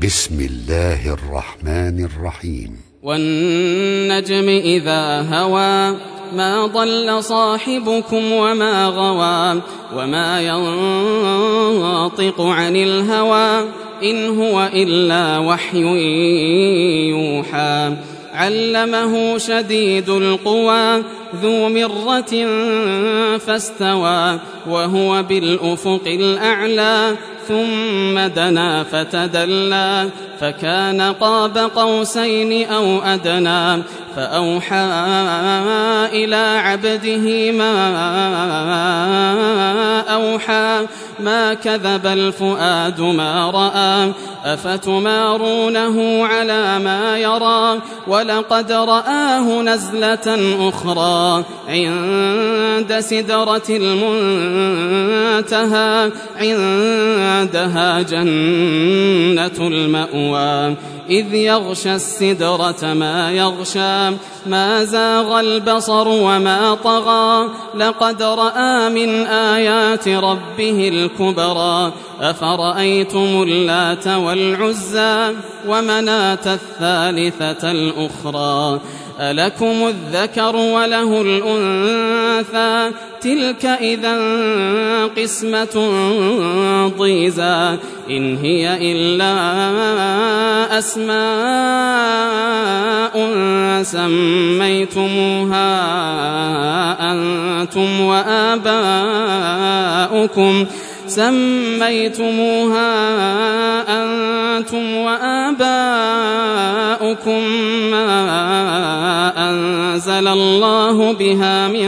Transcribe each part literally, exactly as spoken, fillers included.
بسم الله الرحمن الرحيم. والنجم إذا هوى ما ضل صاحبكم وما غوى وما ينطق عن الهوى إن هو إلا وحي يوحى. علمه شديد القوى ذو مرة فاستوى وهو بالأفق الأعلى ثم دنا فتدلى فكان قاب قوسين أو أدنى فأوحى إلى عبده ما أوحى ما كذب الفؤاد ما رأى أفتمارونه على ما يرى ولقد رآه نزلة أخرى عند سدرة المنتهى عندها جنة المأوى إذ يغشى السدرة ما يغشى ما زاغ البصر وما طغى لقد رأى من آيات ربه الكبرى أفرأيتم اللات والعزى ومناة الثالثة الأخرى ألكم الذكر وله الأنثى تلك إذا قسمة ضيزى إن هي إلا أسماء سميتموها أنتم وآباؤكم سميتموها أنتم وآباؤكم ما أنزل الله بها من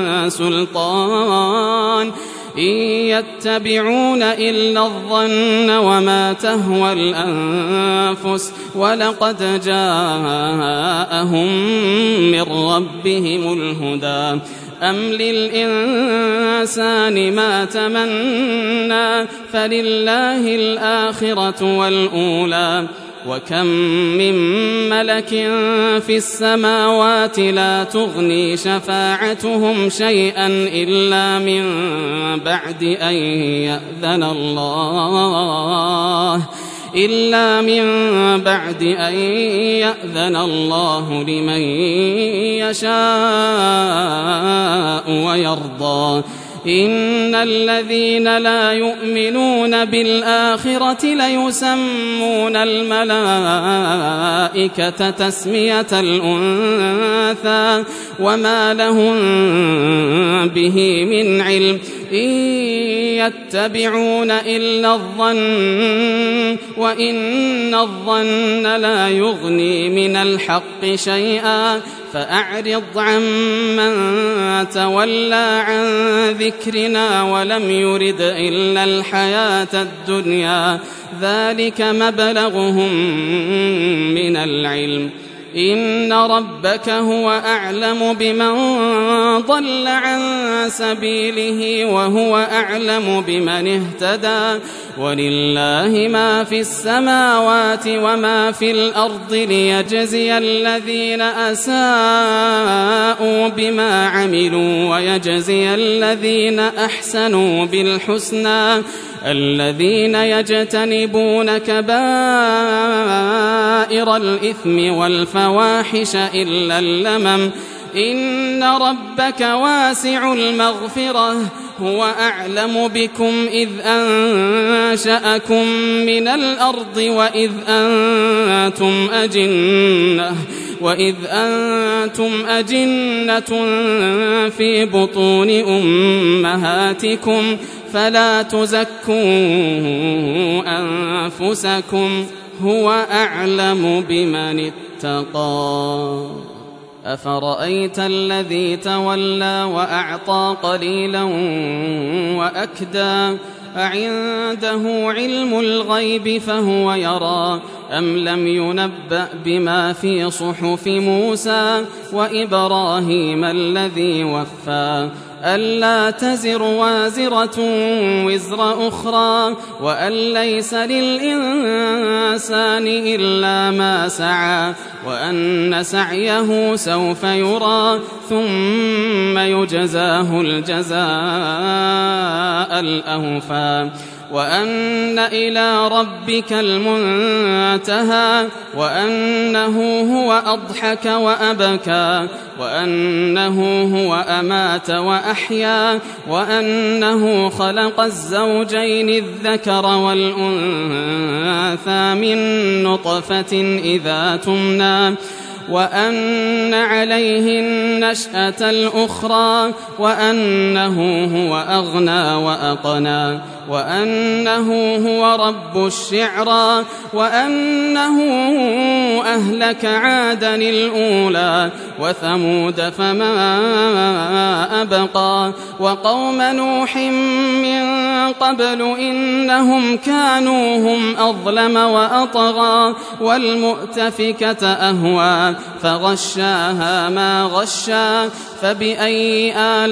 سلطان إن يتبعون إلا الظن وما تهوى الأنفس ولقد جاءهم من ربهم الهدى أم للإنسان ما تمنى فلله الآخرة والأولى وكم من ملك في السماوات لا تغني شفاعتهم شيئا إلا من بعد أن يأذن الله إلا من بعد أن يأذن الله لمن يشاء ويرضى إن الذين لا يؤمنون بالآخرة ليسمون الملائكة تسمية الأنثى وما لهم به من علم إن يتبعون إلا الظن وإن الظن لا يغني من الحق شيئا فأعرض عمن تولى عن ذكرنا ولم يرد إلا الحياة الدنيا ذلك مبلغهم من العلم إن ربك هو أعلم بمن ضل عن سبيله وهو أعلم بمن اهتدى ولله ما في السماوات وما في الأرض ليجزي الذين أساءوا بما عملوا ويجزي الذين أحسنوا بالحسنى الذين يجتنبون كبائر الإثم والفواحش إلا اللمم إن ربك واسع المغفرة هو أعلم بكم إذ أنشأكم من الأرض وإذ أنتم أجنة وإذ أنتم أجنة في بطون أمهاتكم فلا تزكوا أنفسكم هو أعلم بمن اتقى أفرأيت الذي تولى وأعطى قليلا وأكدى أعنده علم الغيب فهو يرى أم لم ينبأ بما في صحف موسى وإبراهيم الذي وفى ألا تزر وازرة وزر أخرى وأن ليس للإنسان إلا ما سعى وأن سعيه سوف يرى ثم يجزاه الجزاء الأوفى وأن إلى ربك المنتهى وأنه هو أضحك وأبكى وأنه هو أمات وأحيا وأنه خلق الزوجين الذكر والأنثى من نطفة إذا تمنى وأن عليه النشأة الأخرى وأنه هو أغنى وأقنى وأنه هو رب الشعرى وأنه أهلك عادا الأولى وثمود فما أبقى وقوم نوح من قبل إنهم كانوا هم أظلم وأطغى والمؤتفكة أهوى فغشاها ما غشا فبأي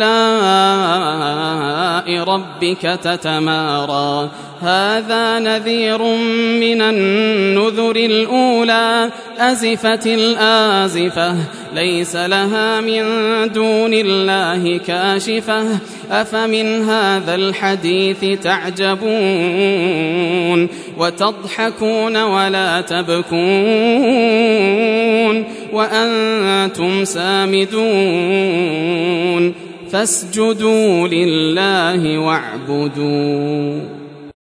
آلاء ربك تتمارى هذا نذير من النذر الأولى أزفت الآزفة ليس لها من دون الله كاشفة أفمن هذا الحديث تعجبون وتضحكون ولا تبكون وأنتم سامدون فاسجدوا لله واعبدوا